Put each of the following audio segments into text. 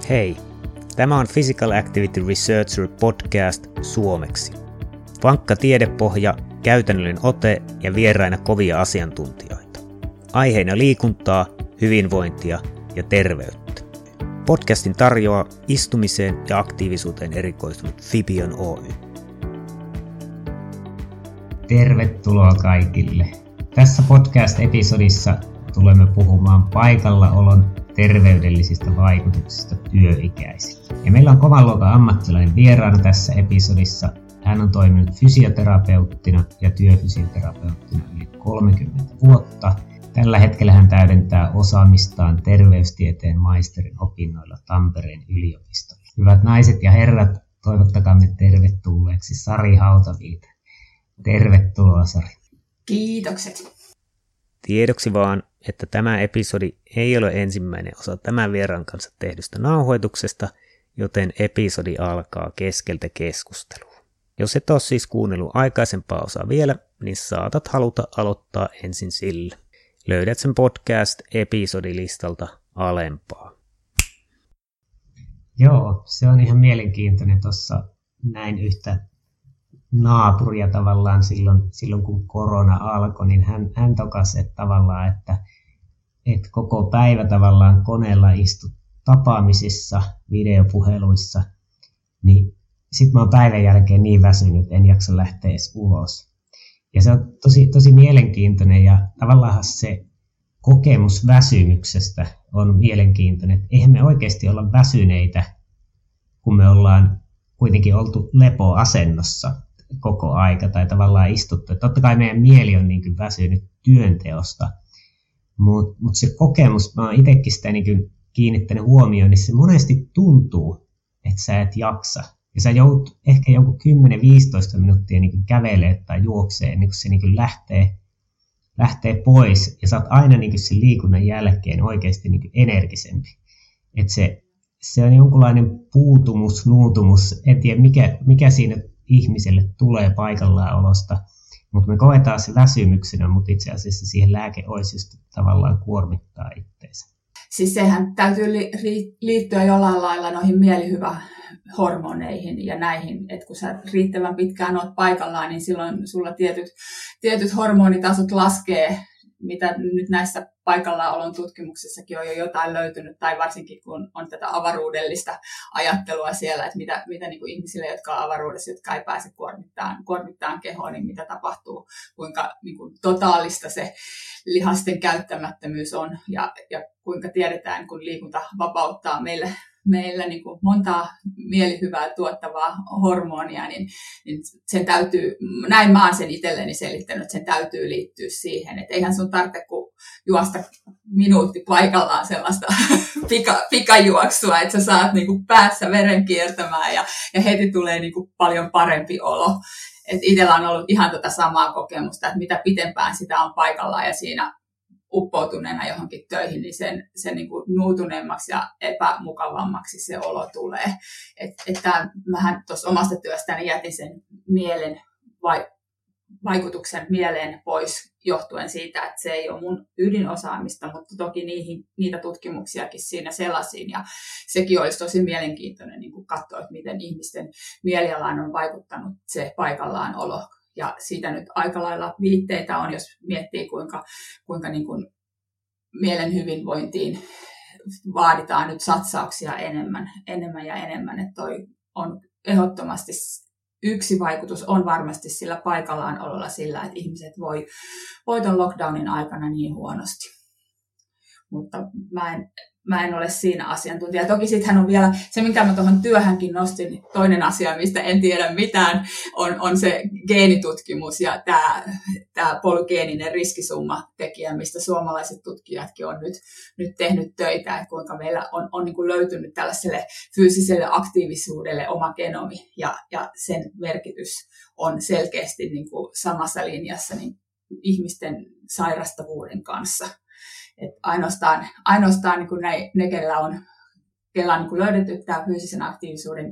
Hei, tämä on Physical Activity Researcher podcast suomeksi. Vankka tiedepohja, käytännöllinen ote ja vieraina kovia asiantuntijoita. Aiheina liikuntaa, hyvinvointia ja terveyttä. Podcastin tarjoaa istumiseen ja aktiivisuuteen erikoistunut Fibion Oy. Tervetuloa kaikille. Tässä podcast-episodissa tulemme puhumaan paikallaolon terveydellisistä vaikutuksista työikäisille. Ja meillä on kovan luokan ammattilainen vieraana tässä episodissa. Hän on toiminut fysioterapeuttina ja työfysioterapeuttina yli 30 vuotta. Tällä hetkellä hän täydentää osaamistaan terveystieteen maisterin opinnoilla Tampereen yliopistolla. Hyvät naiset ja herrat, toivottakaamme tervetulleeksi Sari Hautaviite. Tervetuloa, Sari. Kiitokset. Tiedoksi vaan, että tämä episodi ei ole ensimmäinen osa tämän vieraan kanssa tehdystä nauhoituksesta, joten episodi alkaa keskeltä keskustelua. Jos et ole siis kuunnellut aikaisempaa osaa vielä, niin saatat haluta aloittaa ensin sillä. Löydät sen podcast-episodilistalta alempaa. Joo, se on ihan mielenkiintoinen. Tuossa näin yhtä naapuria tavallaan silloin kun korona alkoi, niin hän tokasi, että tavallaan, että koko päivä tavallaan koneella istut tapaamisissa, videopuheluissa, niin sit mä oon päivän jälkeen niin väsynyt, en jaksa lähteä edes ulos. Ja se on tosi mielenkiintoinen ja tavallaan se kokemus väsymyksestä on mielenkiintoinen. Että eihän me oikeasti olla väsyneitä, kun me ollaan kuitenkin oltu lepoasennossa koko aika tai tavallaan istuttu. Totta kai meidän mieli on niin kuin väsynyt työnteosta, mutta se kokemus, mä oon itsekin sitä niin kuin kiinnittänyt huomioon, niin se monesti tuntuu, että sä et jaksa. Ja sä joudut ehkä jonkun 10-15 minuuttia niin kuin kävelee tai juoksee, ennen kuin se niin kuin lähtee pois. Ja sä oot aina niin kuin sen liikunnan jälkeen oikeasti niin kuin energisempi. Että se on jonkunlainen puutumus, nuutumus. En tiedä, mikä siinä ihmiselle tulee paikallaolosta. Mutta me koetaan se väsymyksenä, mutta itse asiassa siihen lääke olisi just tavallaan kuormittaa itseensä. Siis sehän täytyy liittyä jollain lailla noihin mielihyvähormoneihin ja näihin, että kun sä riittävän pitkään oot paikallaan, niin silloin sulla tietyt hormonitasot laskee, mitä nyt näissä paikallaolon tutkimuksissakin on jo jotain löytynyt, tai varsinkin kun on tätä avaruudellista ajattelua siellä, että mitä niin kuin ihmisille, jotka on avaruudessa, jotka ei pääse kuormittaan kehoon, niin mitä tapahtuu, kuinka niin kuin totaalista se lihasten käyttämättömyys on, ja kuinka tiedetään, kun liikunta vapauttaa meillä niin kuin montaa mielihyvää tuottavaa hormonia, niin sen täytyy, näin mä oon sen itselleni selittänyt, että sen täytyy liittyä siihen, että eihän sun tarvitse kun juosta minuutti paikallaan sellaista pikajuoksua, että sä saat niin kuin päässä veren kiertämään ja heti tulee niin kuin paljon parempi olo. Et itsellä on ollut ihan tätä samaa kokemusta, että mitä pitempään sitä on paikallaan ja siinä uppoutuneena johonkin töihin, niin sen niin kuin nuutuneemmaksi ja epämukavammaksi se olo tulee. Mähän tuossa omasta työstäni jätin sen mielen vaikutuksen mieleen pois johtuen siitä, että se ei ole mun ydinosaamista, mutta toki niitä tutkimuksiakin siinä selasin. Ja sekin olisi tosi mielenkiintoinen niin kuin katsoa, että miten ihmisten mielialaan on vaikuttanut se paikallaan olo. Ja siitä nyt aika lailla viitteitä on, jos miettii, kuinka niin kuin mielen hyvinvointiin vaaditaan nyt satsauksia enemmän ja enemmän. Että toi on ehdottomasti yksi vaikutus on varmasti sillä paikallaan ololla sillä, että ihmiset voi ton lockdownin aikana niin huonosti. Mutta mä en ole siinä asiantuntija. Toki sittenhän on vielä se, minkä mä tuohon työhänkin nostin, toinen asia, mistä en tiedä mitään, on se geenitutkimus ja tämä polygeeninen riskisummatekijä, mistä suomalaiset tutkijatkin on nyt tehnyt töitä, että kuinka meillä on niin kuin löytynyt tällaiselle fyysiselle aktiivisuudelle oma genomi ja sen merkitys on selkeästi niin kuin samassa linjassa niin ihmisten sairastavuuden kanssa. Että ainoastaan niin kuin ne, kellä on niin kuin löydetty tämä fyysisen aktiivisuuden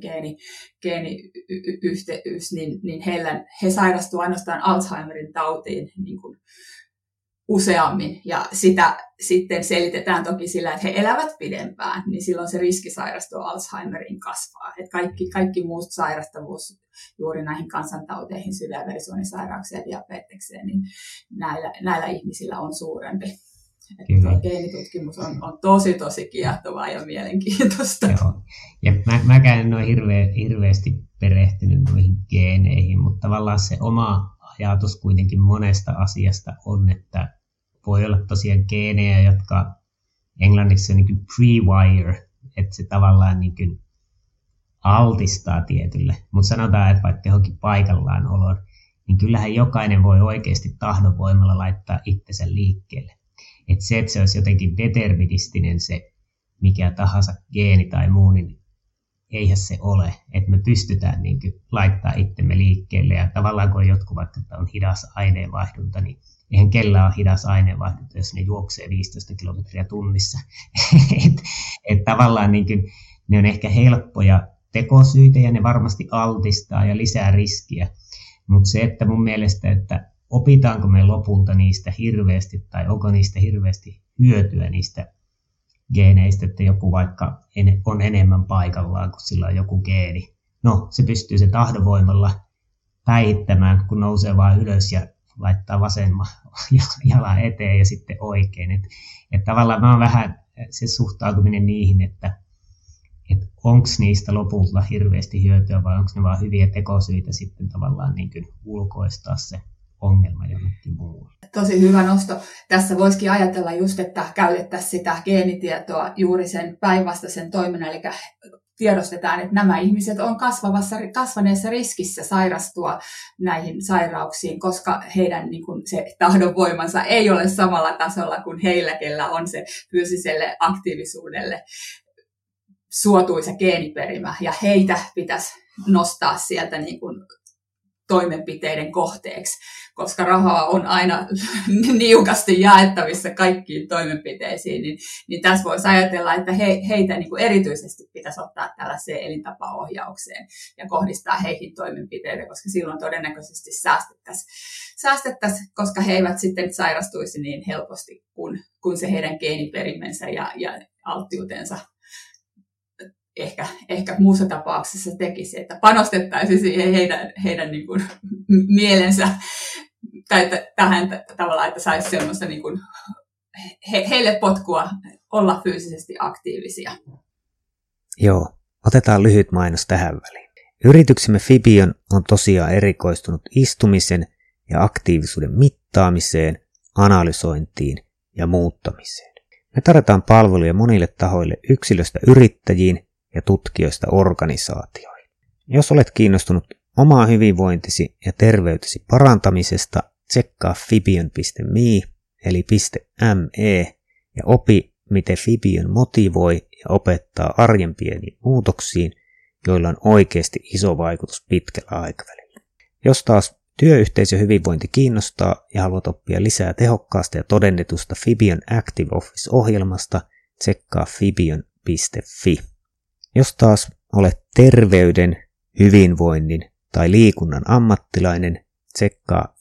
geeniyhteys, niin he sairastuvat ainoastaan Alzheimerin tautiin niin kuin useammin, ja sitä sitten selitetään toki sillä, että he elävät pidempään, niin silloin se riski sairastua Alzheimeriin kasvaa. Että kaikki muut sairastavuus juuri näihin kansantauteihin, sydän- ja verisuonisairauksiin ja diabetekseen, niin näillä ihmisillä on suurempi. Geenitutkimus on tosi kiehtovaa ja mielenkiintoista. Joo. Ja mäkään en ole hirveästi perehtynyt noihin geeneihin, mutta tavallaan se oma ajatus kuitenkin monesta asiasta on, että voi olla tosiaan geenejä, jotka englanniksi on niin kuin pre-wire, että se tavallaan niin kuin altistaa tietylle. Mutta sanotaan, että vaikka johonkin paikallaan oloon, niin kyllähän jokainen voi oikeasti tahdonvoimalla laittaa itsensä liikkeelle. Että se olisi jotenkin deterministinen se mikä tahansa geeni tai muu, niin eihän se ole. Että me pystytään niin kuin laittaa itsemme liikkeelle. Ja tavallaan kun jotkut vaikka että on hidas aineenvaihdunta, niin eihän kellään ole hidas aineenvaihdunta, jos ne juoksee 15 kilometriä tunnissa. Että tavallaan niin kuin, ne on ehkä helppoja tekosyitä ja ne varmasti altistaa ja lisää riskiä. Mutta se, että mun mielestä, että opitaanko me lopulta niistä hirveästi tai onko niistä hirveästi hyötyä niistä geeneistä, että joku vaikka on enemmän paikallaan, kun sillä on joku geeni. No, se pystyy se tahdonvoimalla päihittämään, kun nousee vaan ylös ja laittaa vasemman jalan eteen ja sitten oikein. Että tavallaan mä oon vähän se suhtautuminen niihin, että onko niistä lopulta hirveästi hyötyä vai onko ne vaan hyviä tekosyitä sitten tavallaan niin kuin ulkoistaa se ongelma jonnekin muualle. Tosi hyvä nosto. Tässä voisikin ajatella just, että käytettäisiin sitä geenitietoa juuri sen päinvastaisen toiminnan, eli tiedostetaan, että nämä ihmiset on kasvaneessa riskissä sairastua näihin sairauksiin, koska heidän niin kuin, se tahdonvoimansa ei ole samalla tasolla kuin heillä, kellä on se fyysiselle aktiivisuudelle suotuisa geeniperimä, ja heitä pitäisi nostaa sieltä niin kuin toimenpiteiden kohteeksi, koska rahaa on aina niukasti jaettavissa kaikkiin toimenpiteisiin, niin tässä voisi ajatella, että heitä niin kuin erityisesti pitäisi ottaa tällaiseen elintapaohjaukseen ja kohdistaa heihin toimenpiteitä, koska silloin todennäköisesti säästettäisiin, koska he eivät sitten sairastuisi niin helposti, kun se heidän geeniperimensä ja alttiutensa ehkä muussa tapauksessa tekisi, että panostettaisiin siihen heidän niin kuin mielensä tai tähän tavallaan, että saisi semmoista niin kuin heille potkua olla fyysisesti aktiivisia. Joo, otetaan lyhyt mainos tähän väliin. Yrityksemme Fibion on tosiaan erikoistunut istumisen ja aktiivisuuden mittaamiseen, analysointiin ja muuttamiseen. Me tarjotaan palveluja monille tahoille yksilöstä yrittäjiin ja tutkijoista organisaatioihin. Jos olet kiinnostunut omaa hyvinvointisi ja terveytesi parantamisesta, tsekkaa fibion.me eli .me ja opi, miten Fibion motivoi ja opettaa arjen pieniin muutoksiin, joilla on oikeasti iso vaikutus pitkällä aikavälillä. Jos taas työyhteisöhyvinvointi kiinnostaa ja haluat oppia lisää tehokkaasta ja todennetusta Fibion Active Office-ohjelmasta, tsekkaa fibion.fi. Jos taas olet terveyden, hyvinvoinnin tai liikunnan ammattilainen, tsekkaa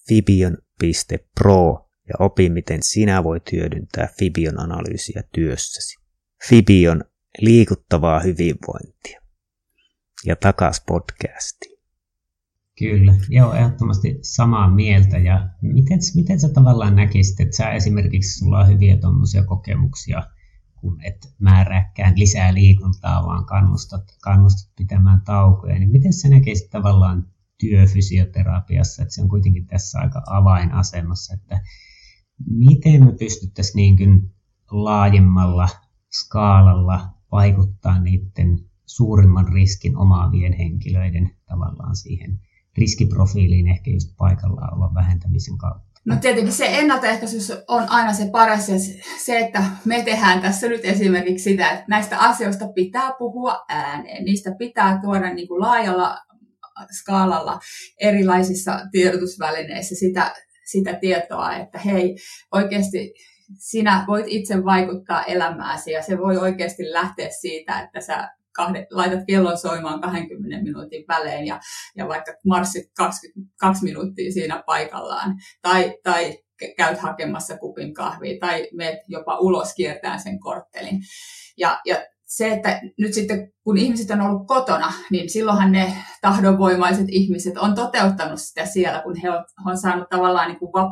fibion.pro ja opi, miten sinä voit hyödyntää Fibion-analyysiä työssäsi. Fibion, liikuttavaa hyvinvointia. Ja takas podcastiin. Kyllä, joo, ehdottomasti samaa mieltä. Ja miten sä tavallaan näkisit, että sä esimerkiksi sulla on hyviä tuommoisia kokemuksia, kun et määrääkään lisää liikuntaa, vaan kannustat pitämään taukoja, niin miten sä näkisit tavallaan työfysioterapiassa, että se on kuitenkin tässä aika avainasemassa, että miten me pystyttäisiin niin kuin laajemmalla skaalalla vaikuttaa niiden suurimman riskin omaavien henkilöiden tavallaan siihen riskiprofiiliin ehkä just paikallaolon vähentämisen kautta. No tietenkin se ennaltaehkäisy on aina se paras, ja se, että me tehdään tässä nyt esimerkiksi sitä, että näistä asioista pitää puhua ääneen. Niistä pitää tuoda niin kuin laajalla skaalalla erilaisissa tiedotusvälineissä sitä tietoa, että hei, oikeasti sinä voit itse vaikuttaa elämääsi, ja se voi oikeasti lähteä siitä, että sä laitat kellon soimaan 20 minuutin välein ja vaikka marssit 22 minuuttia siinä paikallaan. Tai käyt hakemassa kupin kahvia tai meet jopa ulos kiertämään sen korttelin. Ja se, että nyt sitten kun ihmiset on ollut kotona, niin silloinhan ne tahdonvoimaiset ihmiset on toteuttanut sitä siellä, kun he on saanut tavallaan niin kuin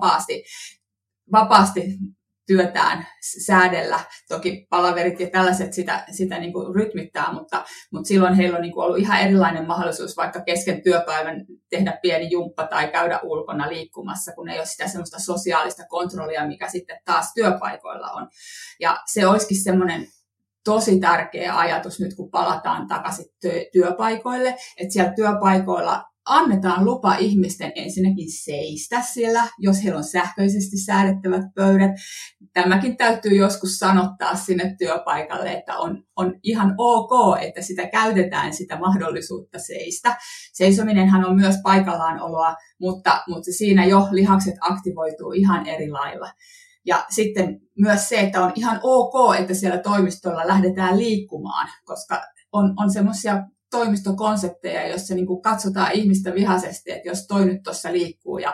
vapaasti työtään säädellä. Toki palaverit ja tällaiset sitä niin kuin rytmittää, mutta silloin heillä on niin kuin ollut ihan erilainen mahdollisuus vaikka kesken työpäivän tehdä pieni jumppa tai käydä ulkona liikkumassa, kun ei ole sitä semmoista sosiaalista kontrollia, mikä sitten taas työpaikoilla on. Ja se olisikin semmoinen tosi tärkeä ajatus nyt, kun palataan takaisin työpaikoille, että siellä työpaikoilla annetaan lupa ihmisten ensinnäkin seistä siellä, jos heillä on sähköisesti säädettävät pöydät. Tämäkin täytyy joskus sanottaa sinne työpaikalle, että on ihan ok, että sitä käytetään sitä mahdollisuutta seistä. Seisominenhan on myös paikallaan oloa, mutta siinä jo lihakset aktivoituu ihan eri lailla. Ja sitten myös se, että on ihan ok, että siellä toimistolla lähdetään liikkumaan, koska on semmoisia toimistokonsepteja, joissa niin kuin katsotaan ihmistä vihaisesti, että jos toi nyt tuossa liikkuu ja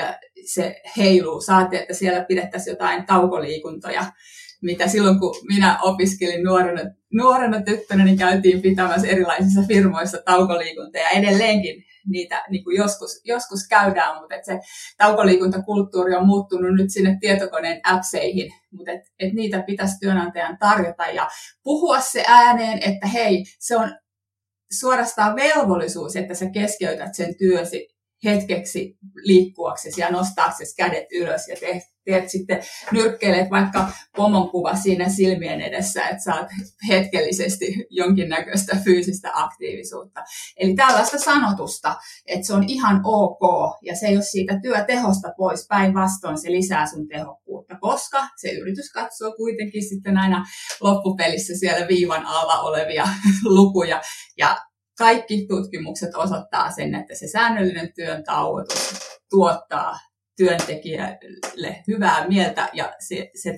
se heiluu, saatte, että siellä pidettäisiin jotain taukoliikuntoja, mitä silloin kun minä opiskelin nuorena tyttönä, niin käytiin pitämässä erilaisissa firmoissa taukoliikuntoja. Edelleenkin niitä niin kuin joskus käydään, mutta se taukoliikuntakulttuuri on muuttunut nyt sinne tietokoneen appseihin, mutta et niitä pitäisi työnantajan tarjota ja puhua se ääneen, että hei, se on suorastaan velvollisuus, että sä keskeytät sen työsi hetkeksi liikkuaksesi ja nostaaksesi kädet ylös ja teet sitten nyrkkeilet vaikka pomon kuva siinä silmien edessä, että saat hetkellisesti jonkinnäköistä fyysistä aktiivisuutta. Eli tällaista sanotusta, että se on ihan ok ja se ei ole siitä työtehosta pois, päinvastoin se lisää sun tehokkuutta, koska se yritys katsoo kuitenkin sitten aina loppupelissä siellä viivan alla olevia lukuja ja kaikki tutkimukset osoittaa sen, että se säännöllinen työn tauotus tuottaa työntekijälle hyvää mieltä ja se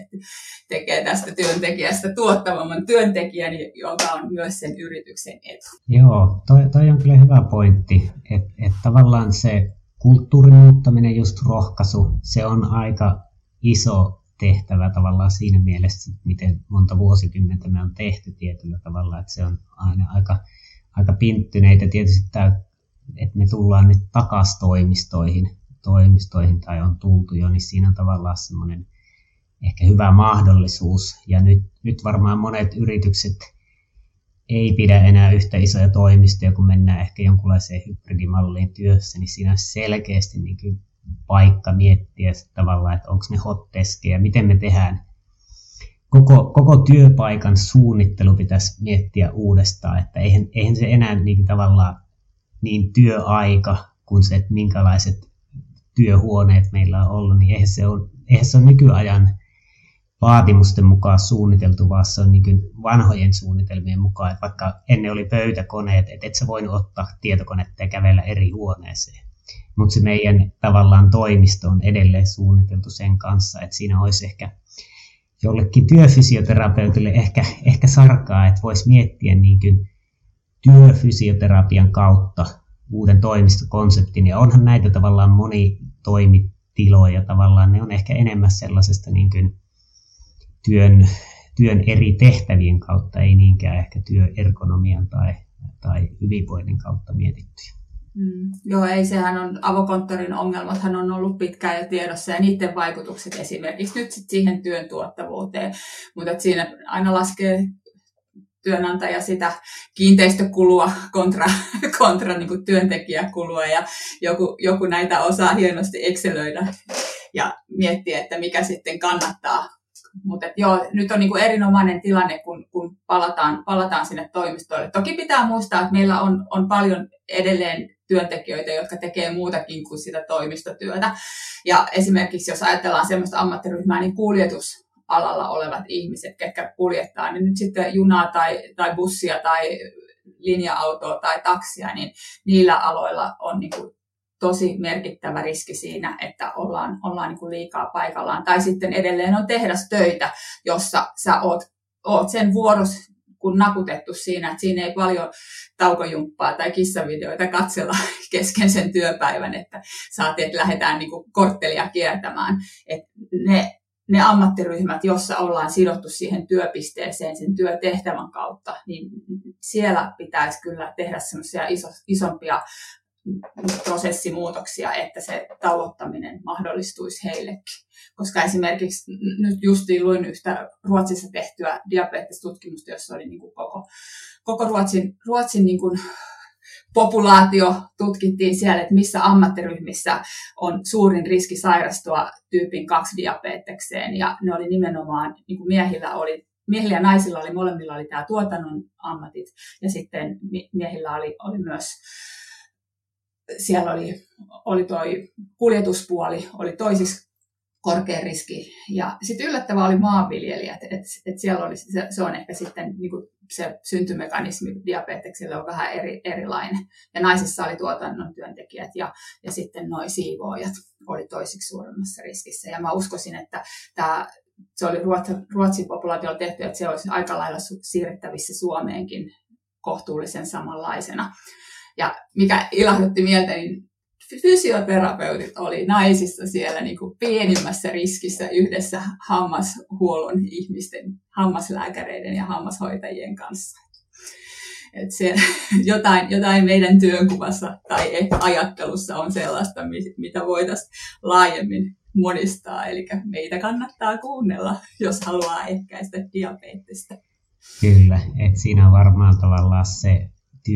tekee tästä työntekijästä tuottavamman työntekijän, joka on myös sen yrityksen etu. Joo, toi on kyllä hyvä pointti, että tavallaan se kulttuurin muuttaminen, just rohkaisu, se on aika iso tehtävä tavallaan siinä mielessä, miten monta vuosikymmentä me on tehty tietyllä tavalla, että se on aina aika pinttyneitä tietysti, että me tullaan nyt takaisin toimistoihin tai on tultu jo, niin siinä on tavallaan semmoinen ehkä hyvä mahdollisuus. Ja nyt varmaan monet yritykset ei pidä enää yhtä isoja toimistoja, kun mennään ehkä jonkunlaiseen hybridimalliin työssä, niin siinä on selkeästi niin kuin paikka miettiä tavallaan, että onko ne hot-deskejä, miten me tehdään. Koko työpaikan suunnittelu pitäisi miettiä uudestaan, että eihän se enää niin tavallaan niin työaika kuin se, että minkälaiset työhuoneet meillä on ollut, niin eihän se ole nykyajan vaatimusten mukaan suunniteltu, vaan se on niin kuin vanhojen suunnitelmien mukaan, että vaikka ennen oli pöytäkoneet, että et sä voinut ottaa tietokonetta ja kävellä eri huoneeseen. Mutta se meidän tavallaan toimisto on edelleen suunniteltu sen kanssa, että siinä olisi ehkä jollekin työfysioterapeutille ehkä sarkaa, että voisi miettiä niin kuin työfysioterapian kautta uuden toimistokonseptin. Ja onhan näitä tavallaan monitoimitiloja, tavallaan ne on ehkä enemmän sellaisesta niin kuin työn eri tehtävien kautta, ei niinkään ehkä työergonomian tai hyvinvoinnin kautta mietittyjä. Joo, ei, sehän on, avokonttorin ongelmathan on ollut pitkään jo tiedossa ja niiden vaikutukset esimerkiksi nyt sit siihen työn tuottavuuteen, mutta siinä aina laskee työnantaja sitä kiinteistökulua kontra niin kuin työntekijäkulua ja joku näitä osaa hienosti excelöidä ja miettiä, että mikä sitten kannattaa. Mutta joo, nyt on niinku erinomainen tilanne, kun palataan sinne toimistoille. Toki pitää muistaa, että meillä on paljon edelleen työntekijöitä, jotka tekee muutakin kuin sitä toimistotyötä. Ja esimerkiksi jos ajatellaan sellaista ammattiryhmää, niin kuljetusalalla olevat ihmiset, ketkä kuljettaa, niin nyt sitten junaa tai bussia tai linja-autoa tai taksia, niin niillä aloilla on niinku tosi merkittävä riski siinä, että ollaan niin kuin liikaa paikallaan. Tai sitten edelleen on tehdastöitä, jossa sä oot sen vuoros, kuin nakutettu siinä, että siinä ei paljon taukojumppaa tai kissavideoita katsella kesken sen työpäivän, että saatiin, että lähdetään niin kuin korttelia kiertämään. Että ne ammattiryhmät, jossa ollaan sidottu siihen työpisteeseen sen työtehtävän kautta, niin siellä pitäisi kyllä tehdä semmoisia isompia prosessimuutoksia, että se tauottaminen mahdollistuisi heillekin. Koska esimerkiksi nyt justiin luin yhtä Ruotsissa tehtyä diabetestutkimusta, jossa oli niin kuin koko Ruotsin niin kuin populaatio tutkittiin siellä, että missä ammattiryhmissä on suurin riski sairastua tyypin 2 diabetekseen. Ja ne oli nimenomaan, niin kuin miehillä ja naisilla oli, molemmilla oli tämä tuotannon ammatit, ja sitten miehillä oli myös, siellä oli toi kuljetuspuoli, oli toisiksi korkea riski. Ja sitten yllättävää oli maanviljelijät, että siellä oli, se on ehkä sitten niin kuin se syntymekanismi diabetekselle on vähän erilainen. Ja naisissa oli tuotannon työntekijät ja sitten nuo siivoojat oli toisiksi suuremmassa riskissä. Ja mä uskoisin, että se oli Ruotsin populaatiolla tehty, että se olisi aika lailla siirrettävissä Suomeenkin kohtuullisen samanlaisena. Ja mikä ilahdutti mieltä, niin fysioterapeutit oli naisissa siellä niin kuin pienimmässä riskissä yhdessä hammashuollon ihmisten, hammaslääkäreiden ja hammashoitajien kanssa. Et se, jotain meidän työnkuvassa tai ajattelussa on sellaista, mitä voitaisiin laajemmin monistaa. Eli meitä kannattaa kuunnella, jos haluaa ehkäistä diabetesta. Kyllä, että siinä on varmaan tavallaan se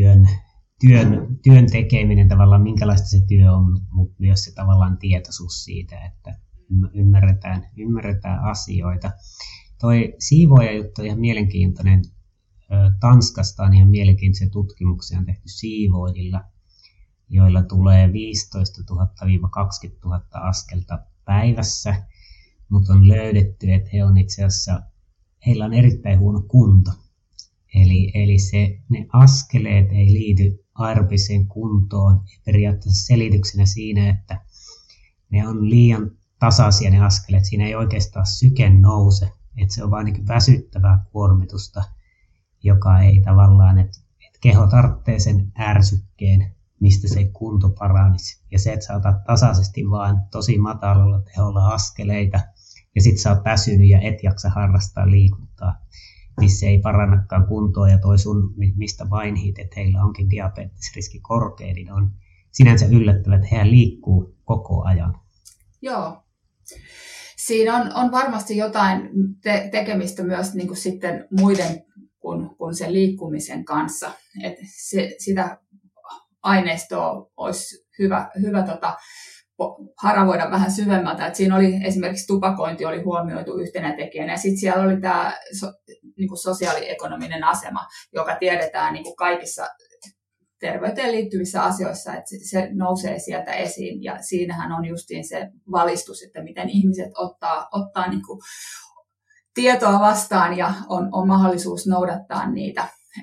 työn tekeminen, tavallaan minkälaista se työ on, mutta myös se tavallaan tietoisuus siitä, että ymmärretään asioita. Toi siivooja-juttu on ihan mielenkiintoinen. Tanskasta on ihan mielenkiintoisia tutkimuksia on tehty siivoojilla, joilla tulee 15 000-20 000 askelta päivässä, mutta on löydetty, että heillä on erittäin huono kunto. Eli ne askeleet ei liity aerobiseen kuntoon, periaatteessa selityksenä siinä, että ne on liian tasaisia ne askeleet. Siinä ei oikeastaan syke nouse, että se on vain niin väsyttävää kuormitusta, joka ei tavallaan, että keho tarvitsee sen ärsykkeen, mistä se kunto paranisi. Ja se, että sä otat tasaisesti vaan tosi matalalla teholla askeleita, ja sit sä oot väsynyt ja et jaksa harrastaa liikuntaa, niin se ei parannakaan kuntoa, ja toi sun, mistä mainit, että heillä onkin diabetesriski korkea, niin on sinänsä yllättävää, että he liikkuu koko ajan. Joo. Siinä on varmasti jotain tekemistä myös niin kuin sitten muiden kuin sen liikkumisen kanssa. Että sitä aineistoa olisi hyvä haravoida vähän syvemmältä. Että siinä oli esimerkiksi tupakointi oli huomioitu yhtenä tekijänä, ja sitten siellä oli tämä niin kuin sosiaaliekonominen asema, joka tiedetään niin kuin kaikissa terveyteen liittyvissä asioissa, että se nousee sieltä esiin, ja siinähän on justiin se valistus, että miten ihmiset ottaa niin kuin tietoa vastaan ja on mahdollisuus noudattaa niitä.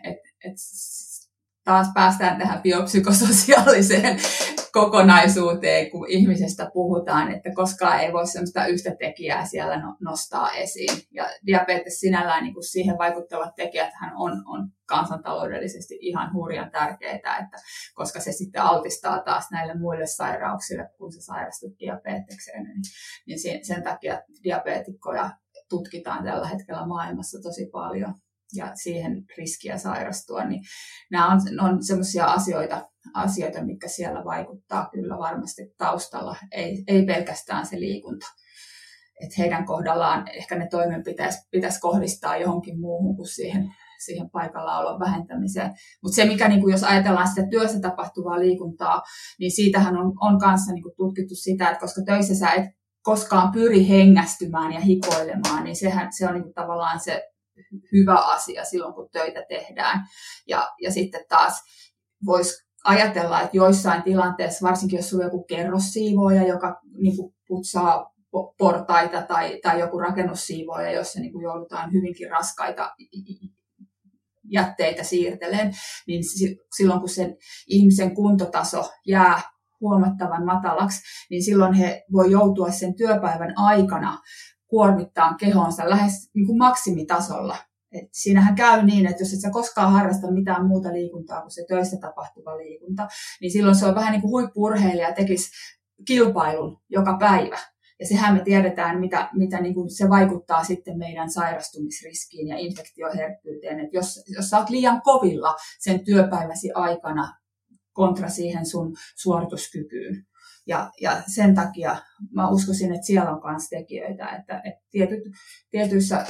Taas päästään tähän biopsykososiaaliseen kokonaisuuteen, kun ihmisestä puhutaan, että koskaan ei voi sellaista yhtä tekijää siellä nostaa esiin. Ja diabetes sinällään niin kuin siihen vaikuttavat tekijäthän on kansantaloudellisesti ihan hurjan tärkeitä, että koska se sitten altistaa taas näille muille sairauksille, kun se sairastut diabetekseen. Niin sen takia diabeetikkoja tutkitaan tällä hetkellä maailmassa tosi paljon ja siihen riskiä sairastua, niin nämä on sellaisia asioita, mitkä siellä vaikuttaa kyllä varmasti taustalla, ei pelkästään se liikunta. Et heidän kohdallaan ehkä ne toimenpiteet pitäisi kohdistaa johonkin muuhun kuin siihen paikallaolon vähentämiseen. Mutta se, mikä niin jos ajatellaan sitä työssä tapahtuvaa liikuntaa, niin siitähän on kanssa niin tutkittu sitä, että koska töissä sä et koskaan pyri hengästymään ja hikoilemaan, niin se on niin tavallaan se hyvä asia silloin, kun töitä tehdään. Ja sitten taas voisi ajatella, että joissain tilanteissa, varsinkin jos sulla on joku kerrossiivooja, joka niin kuin putsaa portaita tai joku rakennussiivooja, jossa niin kuin joudutaan hyvinkin raskaita jätteitä siirtelemään, niin silloin kun sen ihmisen kuntotaso jää huomattavan matalaksi, niin silloin he voi joutua sen työpäivän aikana kuormittaa kehonsa lähes niin kuin maksimitasolla. Et siinähän käy niin, että jos et sä koskaan harrasta mitään muuta liikuntaa kuin se töissä tapahtuva liikunta, niin silloin se on vähän niin kuin huippu-urheilija tekisi kilpailun joka päivä. Ja sehän me tiedetään, mitä niin kuin se vaikuttaa sitten meidän sairastumisriskiin ja infektioherkkyyteen. Että jos sä oot liian kovilla sen työpäiväsi aikana kontra siihen sun suorituskykyyn. Ja sen takia mä uskoisin, että siellä on myös tekijöitä, että tietyissä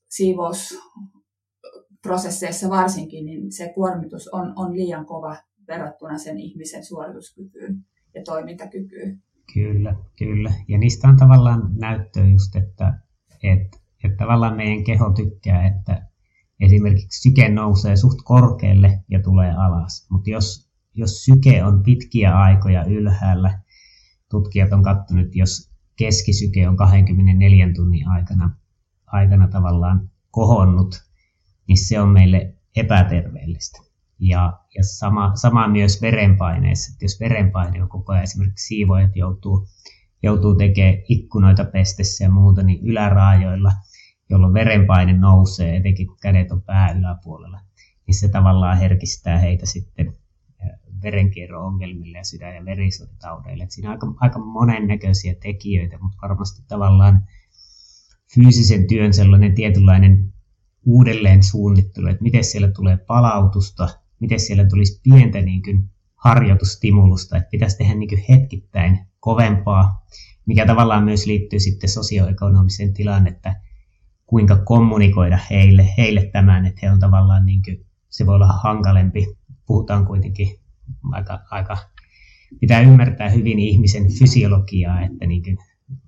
siivousprosesseissa varsinkin, niin se kuormitus on liian kova verrattuna sen ihmisen suorituskykyyn ja toimintakykyyn. Kyllä. Ja niistä on tavallaan näyttöä just, että tavallaan meidän keho tykkää, että esimerkiksi syke nousee suht korkealle ja tulee alas. Mutta jos syke on pitkiä aikoja ylhäällä, tutkijat on katsonut, jos keskisyke on 24 tunnin aikana tavallaan kohonnut, niin se on meille epäterveellistä. Ja sama myös verenpaineessa, että jos verenpaine on koko ajan, esimerkiksi siivoojat joutuu tekemään ikkunoita pestessä ja muuta, niin yläraajoilla, jolloin verenpaine nousee, etenkin kun kädet on pää yläpuolella, niin se tavallaan herkistää heitä sitten verenkierron ongelmille ja sydän- ja verisuonitaudeille. Siinä on aika monennäköisiä tekijöitä, mutta varmasti tavallaan fyysisen työn sellainen tietynlainen uudelleen suunnittelu, että miten siellä tulee palautusta, miten siellä tulisi pientä niin kuin harjoitustimulusta, että pitäisi tehdä niin kuin hetkittäin kovempaa, mikä tavallaan myös liittyy sitten sosioekonomiseen tilaan, että kuinka kommunikoida heille tämän, että he on tavallaan niin kuin, se voi olla hankalempi. Puhutaan kuitenkin aika pitää ymmärtää hyvin ihmisen fysiologiaa, että niin kuin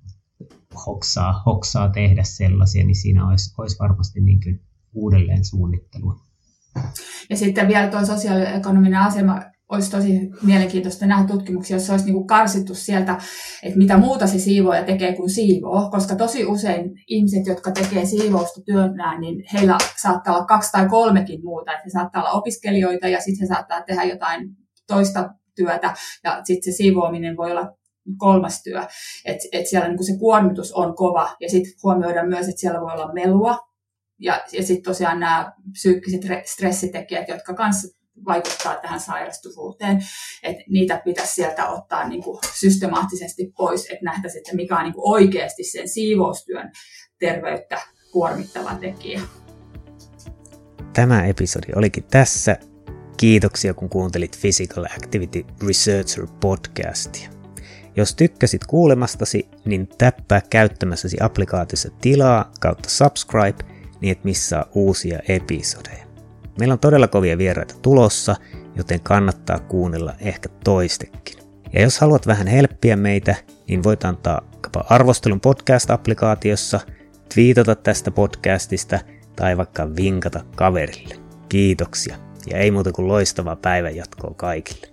hoksaa tehdä sellaisia, niin siinä olisi varmasti niin kuin uudelleen suunnittelua. Ja sitten vielä tuo sosioekonominen asema olisi tosi mielenkiintoista nähdä tutkimuksia, jossa olisi niin kuin karsittu sieltä, että mitä muuta se siivooja tekee kuin siivoo, koska tosi usein ihmiset, jotka tekee siivousta työnään, niin heillä saattaa olla 2 tai 3 muuta, että he saattaa olla opiskelijoita ja sitten he saattaa tehdä jotain toista työtä ja sitten se siivoaminen voi olla 3. työ, että siellä niin kuin se kuormitus on kova ja sitten huomioidaan myös, että siellä voi olla melua ja sitten tosiaan nämä psyykkiset stressitekijät, jotka kanssa vaikuttaa tähän sairastuvuuteen, että niitä pitäisi sieltä ottaa niin kuin systemaattisesti pois, että nähtäisiin, että mikä on niin kuin oikeasti sen siivoustyön terveyttä kuormittava tekijä. Tämä episodi olikin tässä. Kiitoksia, kun kuuntelit Physical Activity Researcher podcastia. Jos tykkäsit kuulemastasi, niin täppää käyttämässäsi applikaatiossa tilaa kautta subscribe, niin et missaa uusia episodeja. Meillä on todella kovia vieraita tulossa, joten kannattaa kuunnella ehkä toistekin. Ja jos haluat vähän helppiä meitä, niin voit antaa arvostelun podcast-applikaatiossa, twiitata tästä podcastista tai vaikka vinkata kaverille. Kiitoksia ja ei muuta kuin loistavaa päivänjatkoa kaikille.